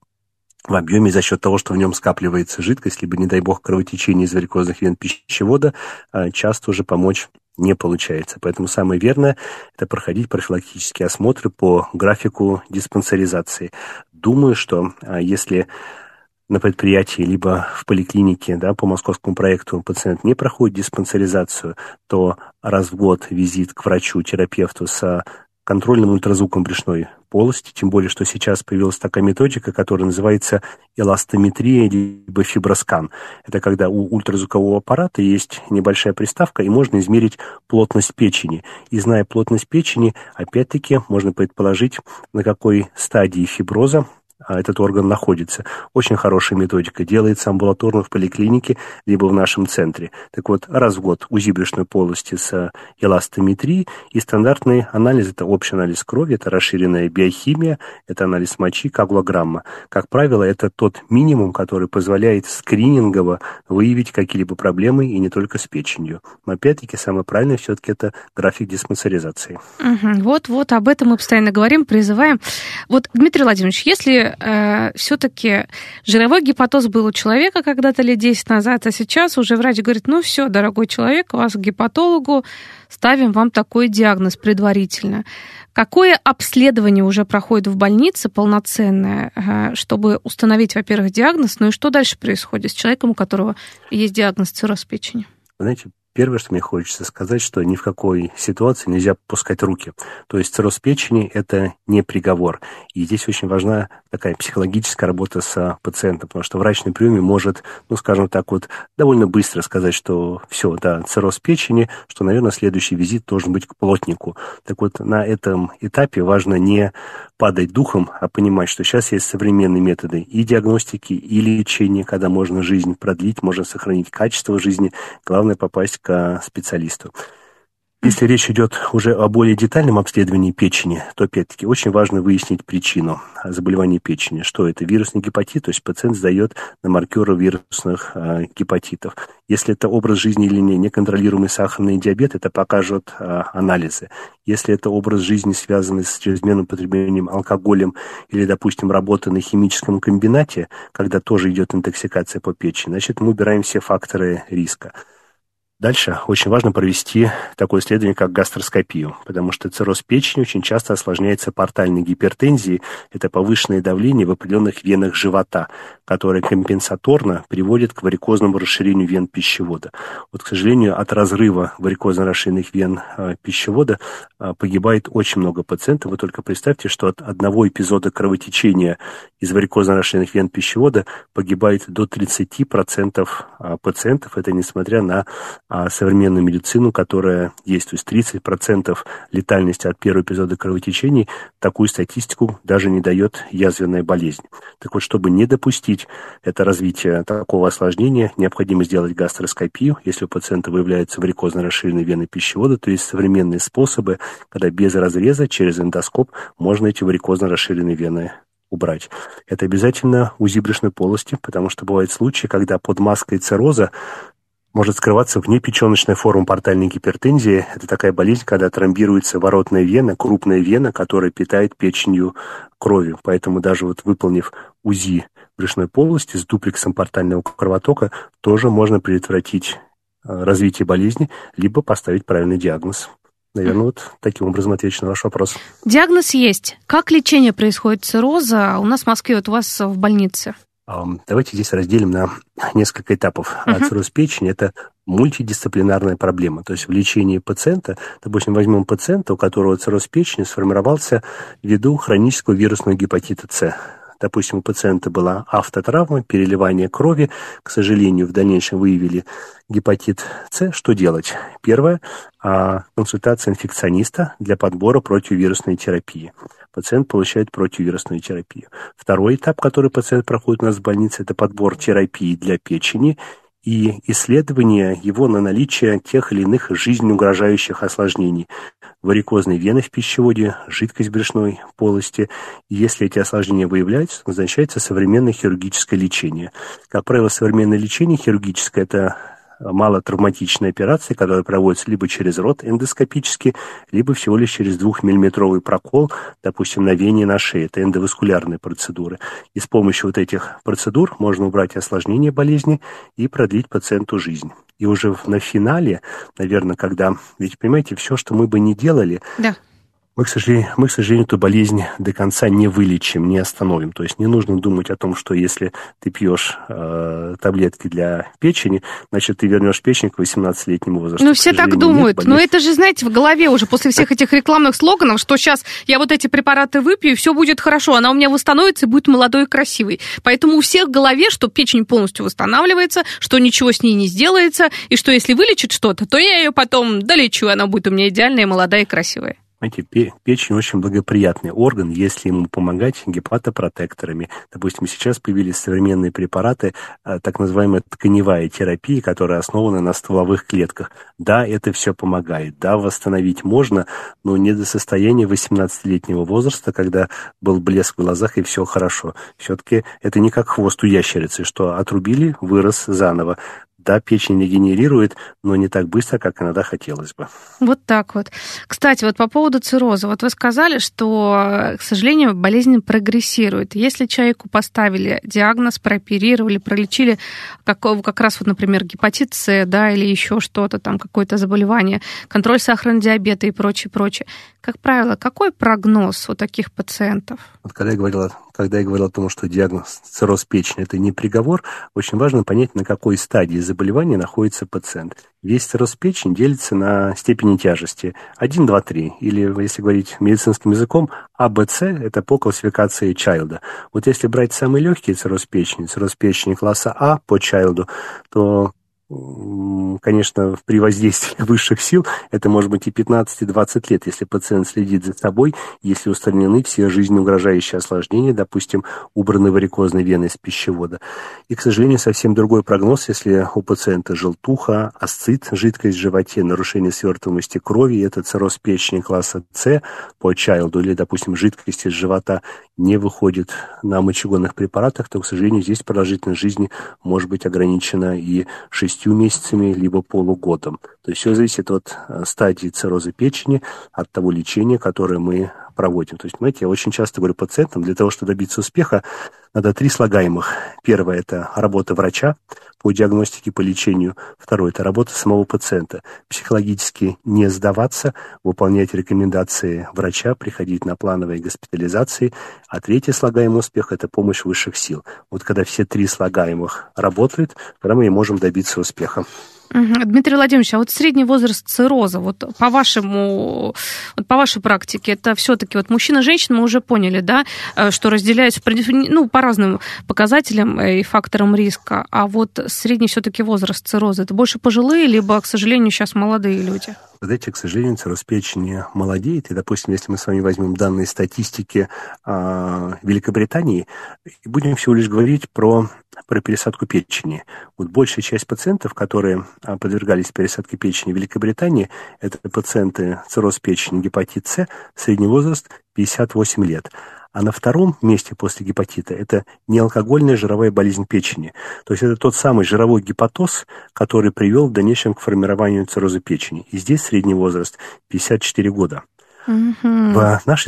в объеме за счет того, что в нем скапливается жидкость, либо, не дай бог, кровотечение из варикозных вен пищевода, часто уже помочь не получается. Поэтому самое верное – это проходить профилактические осмотры по графику диспансеризации. Думаю, что если на предприятии, либо в поликлинике, да, по московскому проекту пациент не проходит диспансеризацию, то раз в год визит к врачу-терапевту с контрольным ультразвуком брюшной полости, тем более, что сейчас появилась такая методика, которая называется эластометрия либо фиброскан. Это когда у ультразвукового аппарата есть небольшая приставка, и можно измерить плотность печени. И зная плотность печени, опять-таки, можно предположить, на какой стадии фиброза этот орган находится. Очень хорошая методика. Делается амбулаторно в поликлинике, либо в нашем центре. Так вот, раз в год УЗИ брюшной полости с эластометрией и стандартный анализ. Это общий анализ крови, это расширенная биохимия, это анализ мочи, коагулограмма. Как правило, это тот минимум, который позволяет скринингово выявить какие-либо проблемы, и не только с печенью. Но опять-таки, самое правильное все-таки это график диспансеризации. Вот об этом мы постоянно говорим, призываем. Дмитрий Владимирович, если все-таки жировой гепатоз был у человека когда-то лет 10 назад, а сейчас уже врач говорит, все, дорогой человек, вас к гепатологу, ставим вам такой диагноз предварительно. Какое обследование уже проходит в больнице полноценное, чтобы установить, во-первых, диагноз, и что дальше происходит с человеком, у которого есть диагноз цирроз печени? Вы знаете, Первое, что мне хочется сказать, что ни в какой ситуации нельзя опускать руки. То есть цирроз печени – это не приговор. И здесь очень важна такая психологическая работа с пациентом, потому что врач на приеме может, скажем так, довольно быстро сказать, что все, да, цирроз печени, что, наверное, следующий визит должен быть к плотнику. Так вот, на этом этапе важно не падать духом, а понимать, что сейчас есть современные методы и диагностики, и лечения, когда можно жизнь продлить, можно сохранить качество жизни. Главное попасть к специалисту. Если речь идет уже о более детальном обследовании печени, то, опять-таки, очень важно выяснить причину заболевания печени. Что это? Вирусный гепатит, то есть пациент сдает на маркеры вирусных гепатитов. Если это образ жизни или неконтролируемый сахарный диабет, это покажут анализы. Если это образ жизни, связанный с чрезмерным потреблением алкоголем или, допустим, работа на химическом комбинате, когда тоже идет интоксикация по печени, значит, мы убираем все факторы риска. Дальше очень важно провести такое исследование, как гастроскопию, потому что цирроз печени очень часто осложняется портальной гипертензией. Это повышенное давление в определенных венах живота, которое компенсаторно приводит к варикозному расширению вен пищевода. К сожалению, от разрыва варикозно расширенных вен пищевода погибает очень много пациентов. Вы только представьте, что от одного эпизода кровотечения из варикозно расширенных вен пищевода погибает до 30% пациентов. Это несмотря на современную медицину, которая есть. То есть 30% летальности от первого эпизода кровотечений, такую статистику даже не дает язвенная болезнь. Так вот, чтобы не допустить это развитие такого осложнения, необходимо сделать гастроскопию. Если у пациента выявляются варикозно расширенные вены пищевода, то есть современные способы, когда без разреза через эндоскоп можно эти варикозно расширенные вены убрать. Это обязательно УЗИ брюшной полости, потому что бывают случаи, когда под маской цирроза может скрываться внепеченочная форма портальной гипертензии. Это такая болезнь, когда тромбируется воротная вена, крупная вена, которая питает печенью кровью. Поэтому даже выполнив УЗИ брюшной полости с дуплексом портального кровотока, тоже можно предотвратить развитие болезни, либо поставить правильный диагноз. Наверное, таким образом отвечу на ваш вопрос. Диагноз есть. Как лечение происходит цирроза у нас в Москве, у вас в больнице? Давайте здесь разделим на несколько этапов. Цирроз печени – это мультидисциплинарная проблема. То есть в лечении пациента, допустим, возьмем пациента, у которого цирроз печени сформировался ввиду хронического вирусного гепатита С. Допустим, у пациента была автотравма, переливание крови. К сожалению, в дальнейшем выявили гепатит С. Что делать? Первое – консультация инфекциониста для подбора противовирусной терапии. Пациент получает противовирусную терапию. Второй этап, который пациент проходит у нас в больнице, это подбор терапии для печени и исследование его на наличие тех или иных жизнеугрожающих осложнений. Варикозные вены в пищеводе, жидкость в брюшной полости. И если эти осложнения выявляются, назначается современное хирургическое лечение. Как правило, современное лечение хирургическое – это малотравматичные операции, которые проводятся либо через рот эндоскопически, либо всего лишь через 2-миллиметровый прокол, допустим, на вене на шее. Это эндоваскулярные процедуры. И с помощью этих процедур можно убрать осложнение болезни и продлить пациенту жизнь. И уже на финале, наверное, когда, ведь понимаете, все, что мы бы не делали, да. Мы, к сожалению, эту болезнь до конца не вылечим, не остановим. То есть не нужно думать о том, что если ты пьешь таблетки для печени, значит, ты вернешь печень к 18-летнему возрасту. Ну, все так думают. Но это же, знаете, в голове уже после всех этих рекламных слоганов, что сейчас я эти препараты выпью, и все будет хорошо. Она у меня восстановится и будет молодой и красивой. Поэтому у всех в голове, что печень полностью восстанавливается, что ничего с ней не сделается, и что если вылечит что-то, то я ее потом долечу, и она будет у меня идеальная, молодая и красивая. Знаете, печень очень благоприятный орган, если ему помогать гепатопротекторами. Допустим, сейчас появились современные препараты, так называемая тканевая терапия, которая основана на стволовых клетках. Да, это все помогает, да, восстановить можно, но не до состояния 18-летнего возраста, когда был блеск в глазах и все хорошо. Все-таки это не как хвост у ящерицы, что отрубили, вырос заново. Да, печень регенерирует, но не так быстро, как иногда хотелось бы. Вот так вот. Кстати, по поводу цирроза. Вы сказали, что, к сожалению, болезнь прогрессирует. Если человеку поставили диагноз, прооперировали, пролечили как раз, например, гепатит С, да, или еще что-то, там какое-то заболевание, контроль сахарного диабета и прочее, как правило, какой прогноз у таких пациентов? Когда я говорил о когда я говорил о том, что диагноз цирроз печени – это не приговор, очень важно понять, на какой стадии заболевания находится пациент. Весь цирроз печени делится на степени тяжести 1, 2, 3. Или, если говорить медицинским языком, АБЦ – это по классификации Чайлда. Вот если брать самый легкий цирроз печени класса А по Чайлду, то, конечно, при воздействии высших сил это может быть и 15, и 20 лет, если пациент следит за собой, если устранены все жизнеугрожающие осложнения, допустим, убраны варикозные вены из пищевода. И, к сожалению, совсем другой прогноз, если у пациента желтуха, асцит, жидкость в животе, нарушение свертываемости крови, это цирроз печени класса С по Чайлду, или, допустим, жидкость из живота не выходит на мочегонных препаратах, то, к сожалению, здесь продолжительность жизни может быть ограничена и 6 месяцами, либо полугодом. То есть все зависит от стадии цирроза печени, от того лечения, которое мы проводим. То есть, понимаете, я очень часто говорю пациентам, для того, чтобы добиться успеха, надо 3 слагаемых. Первое – это работа врача по диагностике, по лечению. Второе – это работа самого пациента. Психологически не сдаваться, выполнять рекомендации врача, приходить на плановые госпитализации. А третье слагаемое успеха – это помощь высших сил. Вот когда все 3 слагаемых работают, тогда мы и можем добиться успеха. Дмитрий Владимирович, а вот средний возраст цирроза, вот по вашей практике, это все-таки вот мужчина и женщина, мы уже поняли, да, что разделяются по разным показателям и факторам риска, а вот средний все-таки возраст цирроза, это больше пожилые, либо, к сожалению, сейчас молодые люди? Знаете, к сожалению, цирроз печени молодеет. И, допустим, если мы с вами возьмем данные статистики Великобритании, будем всего лишь говорить про пересадку печени. Вот большая часть пациентов, которые подвергались пересадке печени в Великобритании, это пациенты цирроз печени, гепатит С, средний возраст 58 лет. А на втором месте после гепатита это неалкогольная жировая болезнь печени. То есть это тот самый жировой гепатоз, который привел в дальнейшем к формированию цирроза печени. И здесь средний возраст 54 года. В нашей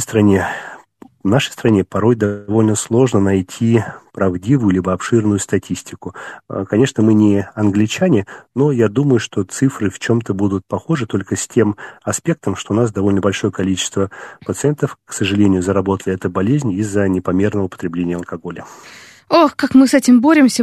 стране порой довольно сложно найти правдивую либо обширную статистику. Конечно, мы не англичане, но я думаю, что цифры в чем-то будут похожи, только с тем аспектом, что у нас довольно большое количество пациентов, к сожалению, заработали эту болезнь из-за непомерного употребления алкоголя. Ох, как мы с этим боремся.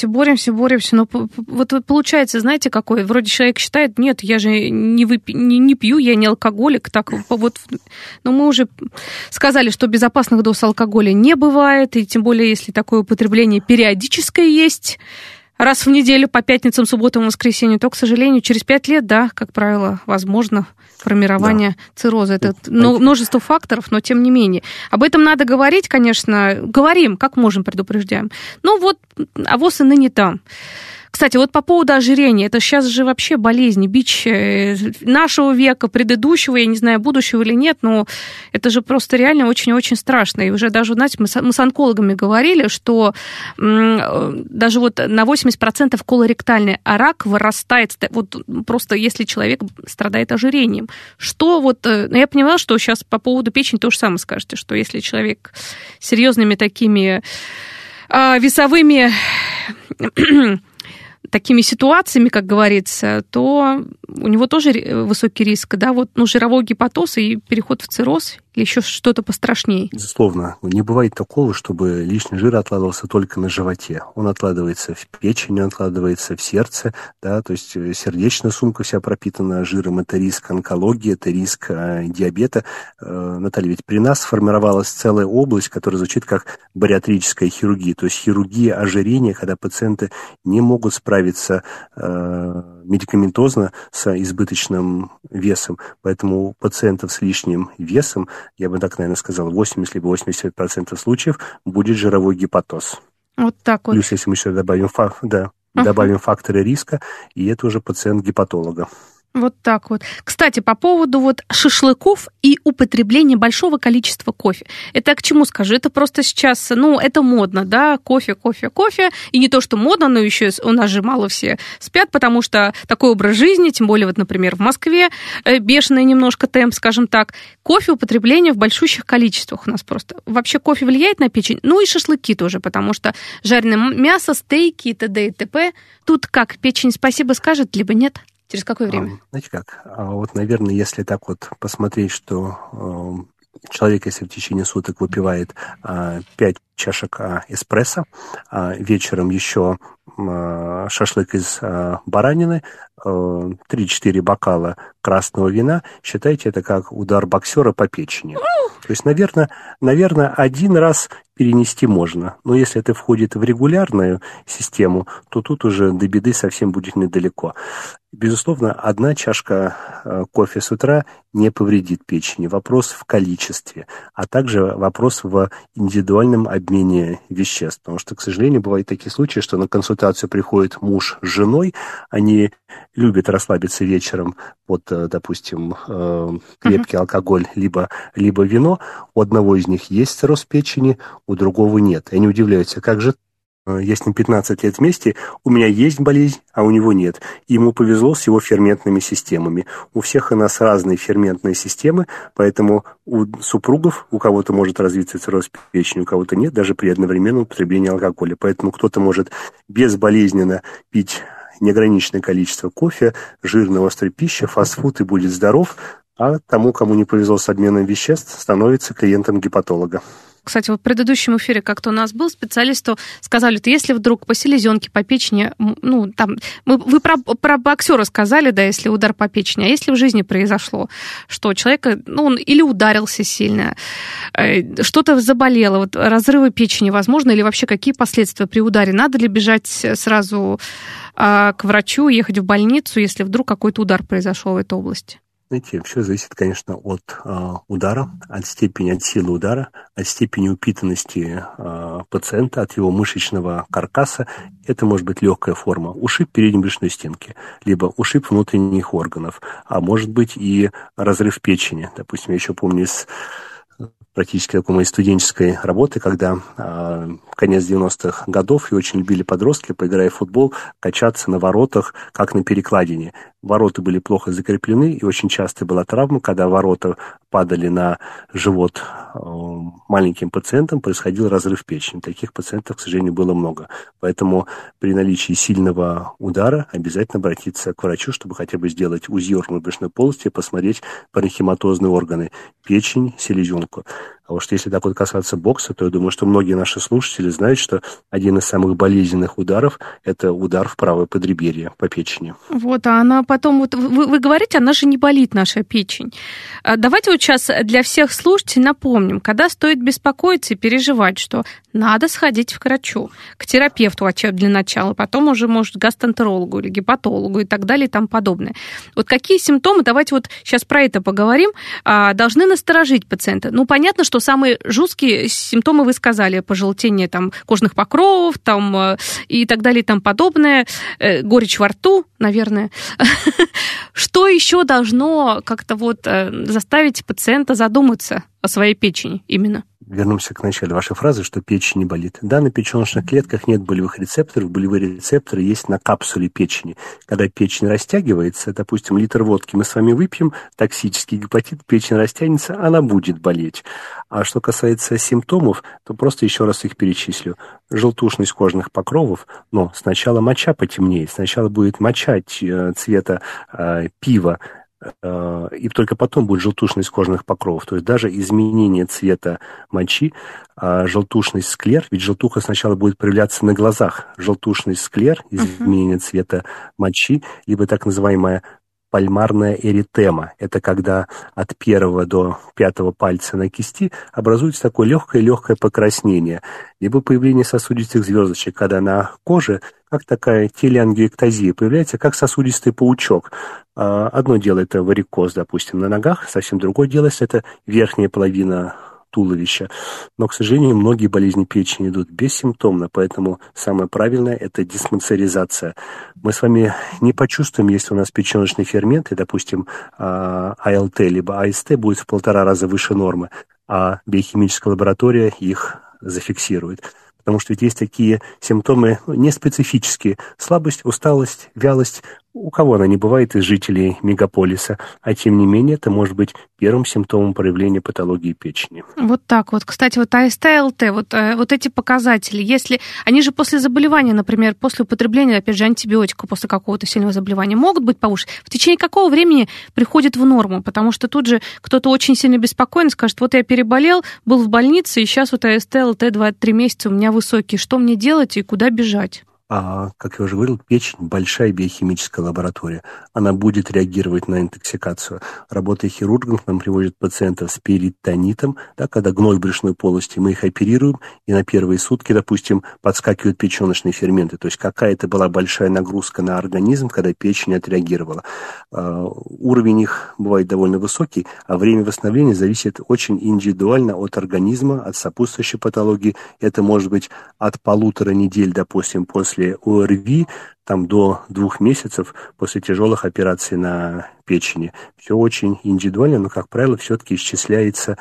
Но вот получается, знаете, какой? Вроде человек считает, нет, я же не пью, я не алкоголик. Так вот, но мы уже сказали, что безопасных доз алкоголя не бывает, и тем более, если такое употребление периодическое есть, раз в неделю по пятницам, субботам, воскресенью, то, к сожалению, через 5 лет, да, как правило, возможно формирование цирроза. Это множество факторов, но тем не менее. Об этом надо говорить, конечно. Говорим, как можем, предупреждаем. Ну вот, авось и ныне там. Кстати, вот по поводу ожирения, это сейчас же вообще болезнь, бич нашего века, предыдущего, я не знаю, будущего или нет, но это же просто реально очень-очень страшно. И уже даже, знаете, мы с онкологами говорили, что даже вот на 80% колоректальный рак вырастает, вот просто если человек страдает ожирением. Что вот, я понимала, что сейчас по поводу печени то же самое скажете, что если человек с серьезными такими весовыми такими ситуациями, как говорится, то у него тоже высокий риск, да, вот, жировой гепатоз и переход в цирроз или еще что-то пострашнее. Безусловно. Не бывает такого, чтобы лишний жир откладывался только на животе. Он откладывается в печени, он откладывается в сердце, да, то есть сердечная сумка вся пропитана жиром. Это риск онкологии, это риск диабета. Наталья, ведь при нас сформировалась целая область, которая звучит как бариатрическая хирургия, то есть хирургия ожирения, когда пациенты не могут справиться медикаментозно с избыточным весом. Поэтому у пациентов с лишним весом, я бы так, наверное, сказал, 80 либо 80% случаев будет жировой гепатоз. Вот так вот. Плюс, если мы еще добавим, добавим факторы риска, и это уже пациент гепатолога. Вот так вот. Кстати, по поводу вот шашлыков и употребления большого количества кофе. Это к чему скажу? Это просто сейчас, это модно, да, кофе. И не то, что модно, но еще у нас же мало все спят, потому что такой образ жизни, тем более, вот, например, в Москве бешеный немножко темп, скажем так. Кофе употребление в большущих количествах у нас просто. Вообще кофе влияет на печень? И шашлыки тоже, потому что жареное мясо, стейки и т.д. и т.п. Тут как, печень спасибо скажет, либо нет? Через какое время? Знаете как? Вот, наверное, если так вот посмотреть, что человек, если в течение суток выпивает 5 чашек эспрессо, вечером еще шашлык из баранины, 3-4 бокала красного вина. Считайте, это как удар боксера по печени. То есть, наверное, один раз перенести можно. Но если это входит в регулярную систему, то тут уже до беды совсем будет недалеко. Безусловно, одна чашка кофе с утра не повредит печени. Вопрос в количестве, а также вопрос в индивидуальном обмене веществ. Потому что, к сожалению, бывают такие случаи, что на консультацию приходит муж с женой, они любят расслабиться вечером под, допустим, крепкий алкоголь, либо вино. У одного из них есть цирроз печени, у другого нет. И они удивляются, как же я с ним 15 лет вместе, у меня есть болезнь, а у него нет. И ему повезло с его ферментными системами. У всех у нас разные ферментные системы, поэтому у супругов, у кого-то может развиться цирроз печени, у кого-то нет, даже при одновременном употреблении алкоголя. Поэтому кто-то может безболезненно пить неограниченное количество кофе, жирной, острой пищи, фастфуд и будет здоров, а тому, кому не повезло с обменом веществ, становится клиентом гепатолога. Кстати, вот в предыдущем эфире как-то у нас был, специалисту сказали, что если вдруг по селезенке, по печени, вы про боксера сказали, да, если удар по печени, а если в жизни произошло, что человек, он или ударился сильно, что-то заболело, вот разрывы печени возможно, или вообще какие последствия при ударе? Надо ли бежать сразу к врачу, ехать в больницу, если вдруг какой-то удар произошел в этой области? Знаете, все зависит, конечно, от удара, от степени, от силы удара, от степени упитанности пациента, от его мышечного каркаса. Это может быть легкая форма. Ушиб передней брюшной стенки, либо ушиб внутренних органов, а может быть и разрыв печени. Допустим, я еще помню из практически такой моей студенческой работы, когда конец 90-х годов, и очень любили подростки, поиграя в футбол, качаться на воротах, как на перекладине. Ворота были плохо закреплены, и очень часто была травма, когда ворота падали на живот маленьким пациентам, происходил разрыв печени. Таких пациентов, к сожалению, было много. Поэтому при наличии сильного удара обязательно обратиться к врачу, чтобы хотя бы сделать УЗИ брюшной полости и посмотреть паренхематозные органы, печень, селезенку. А уж если так вот касаться бокса, то я думаю, что многие наши слушатели знают, что один из самых болезненных ударов – это удар в правое подреберье по печени. Вот, а она потом, вот вы говорите, она же не болит, наша печень. Давайте вот сейчас для всех слушателей напомним, когда стоит беспокоиться и переживать, что надо сходить к врачу, к терапевту для начала, потом уже, может, к гастроэнтерологу или гепатологу и так далее и тому подобное. Вот какие симптомы, давайте вот сейчас про это поговорим, должны насторожить пациента? Ну, понятно, что самые жесткие симптомы вы сказали, пожелтение там кожных покровов там, и так далее и тому подобное, горечь во рту, наверное. Что еще должно как-то вот заставить пациента задуматься о своей печени именно? Вернемся к началу вашей фразы, что печень не болит. Да, на печеночных клетках нет болевых рецепторов. Болевые рецепторы есть на капсуле печени. Когда печень растягивается, допустим, литр водки мы с вами выпьем, токсический гепатит, печень растянется, она будет болеть. А что касается симптомов, то просто еще раз их перечислю. Желтушность кожных покровов, но сначала моча потемнеет, сначала будет моча цвета пива, и только потом будет желтушность кожных покровов. То есть даже изменение цвета мочи, желтушность склер, ведь желтуха сначала будет проявляться на глазах. Желтушность склер, изменение цвета мочи, либо так называемая пальмарная эритема. Это когда от 1 до 5 пальца на кисти образуется такое легкое покраснение, либо появление сосудистых звездочек, когда на коже, как такая телеангиэктазия, появляется как сосудистый паучок. Одно дело это варикоз, допустим, на ногах, совсем другое дело это верхняя половина туловища. Но, к сожалению, многие болезни печени идут бессимптомно, поэтому самое правильное – это диспансеризация. Мы с вами не почувствуем, если у нас печеночный фермент, и, допустим, АЛТ либо АСТ будет в 1,5 раза выше нормы, а биохимическая лаборатория их зафиксирует. Потому что ведь есть такие симптомы неспецифические. Слабость, усталость, вялость, у кого она не бывает из жителей мегаполиса, а тем не менее это может быть первым симптомом проявления патологии печени. Вот так вот. Кстати, вот АСТ, ЛТ, вот эти показатели, если они же после заболевания, например, после употребления, опять же, антибиотика, после какого-то сильного заболевания, могут быть повышены, в течение какого времени приходит в норму? Потому что тут же кто-то очень сильно беспокоен, скажет, вот я переболел, был в больнице, и сейчас вот АСТ, ЛТ 2-3 месяца у меня высокие. Что мне делать и куда бежать? Как я уже говорил, печень – большая биохимическая лаборатория. Она будет реагировать на интоксикацию. Работая хирургом, к нам приводят пациентов с перитонитом, да, когда гной в брюшной полости, мы их оперируем, и на первые сутки, допустим, подскакивают печеночные ферменты. То есть какая-то была большая нагрузка на организм, когда печень отреагировала. Уровень их бывает довольно высокий, а время восстановления зависит очень индивидуально от организма, от сопутствующей патологии. Это может быть от 1,5 недель, допустим, после ОРВИ, там до 2 месяцев после тяжелых операций на печени. Все очень индивидуально, но, как правило, все-таки исчисляется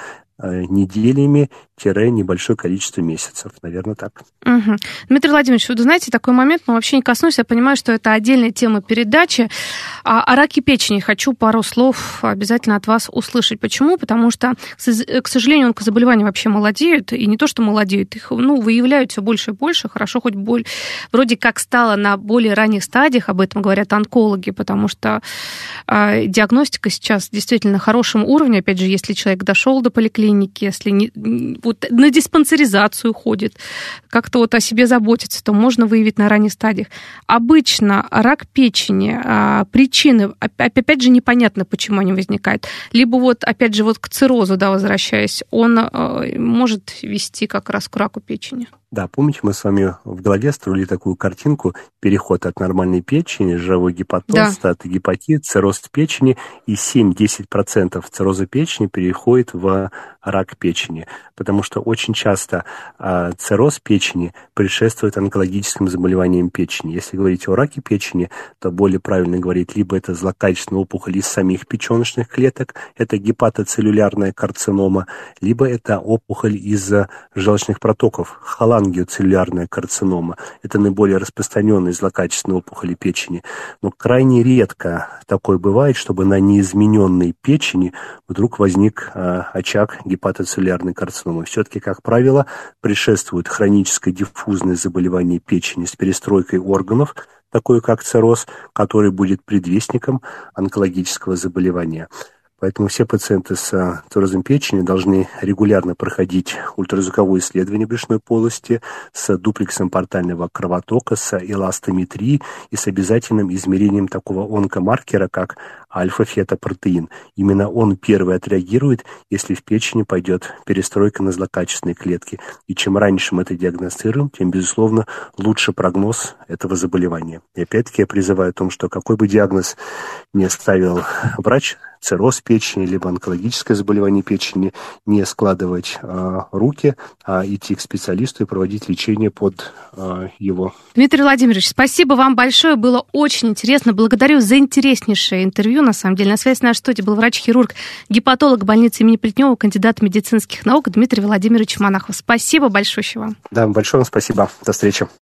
неделями-небольшое количество месяцев. Наверное, так. Угу. Дмитрий Владимирович, вы знаете, такой момент, но вообще не коснусь. Я понимаю, что это отдельная тема передачи. О раке печени хочу пару слов обязательно от вас услышать. Почему? Потому что, к сожалению, онкозаболевания вообще молодеют. И не то, что молодеют, их выявляют все больше и больше. Хорошо, хоть вроде как стало на более ранних стадиях, об этом говорят онкологи, потому что диагностика сейчас действительно на хорошем уровне. Опять же, если человек дошел до поликлиники, если на диспансеризацию ходит, как-то вот о себе заботится, то можно выявить на ранних стадиях. Обычно рак печени, причины, опять же, непонятно, почему они возникают. Либо опять же, к циррозу, возвращаясь, он может вести как раз к раку печени. Да, помните, мы с вами в голове строили такую картинку: переход от нормальной печени, жировой гепатоз, статогепатит, цирроз печени, и 7-10% цирроза печени переходит в рак печени, потому что очень часто цирроз печени предшествует онкологическим заболеваниям печени. Если говорить о раке печени, то более правильно говорить, либо это злокачественная опухоль из самих печеночных клеток, это гепатоцеллюлярная карцинома, либо это опухоль из желчных протоков, холангиоцеллюлярная карцинома. Это наиболее распространенные злокачественные опухоли печени. Но крайне редко такое бывает, чтобы на неизмененной печени вдруг возник очаг гепатоцеллюлярной карциномы. Все-таки, как правило, предшествует хроническое диффузное заболевание печени с перестройкой органов, такое как цирроз, который будет предвестником онкологического заболевания. Поэтому все пациенты с циррозом печени должны регулярно проходить ультразвуковое исследование брюшной полости с дуплексом портального кровотока, с эластометрией и с обязательным измерением такого онкомаркера, как альфа-фетопротеин. Именно он первый отреагирует, если в печени пойдет перестройка на злокачественные клетки. И чем раньше мы это диагностируем, тем, безусловно, лучше прогноз этого заболевания. И опять-таки я призываю о том, что какой бы диагноз ни ставил врач, цирроз печени, либо онкологическое заболевание печени, не складывать руки, а идти к специалисту и проводить лечение под его. Дмитрий Владимирович, спасибо вам большое, было очень интересно. Благодарю за интереснейшее интервью, на самом деле. На связи с нашей студией был врач-хирург, гепатолог больницы имени Плетнева, кандидат медицинских наук Дмитрий Владимирович Монахов. Спасибо большое вам. Да, большое вам спасибо. До встречи.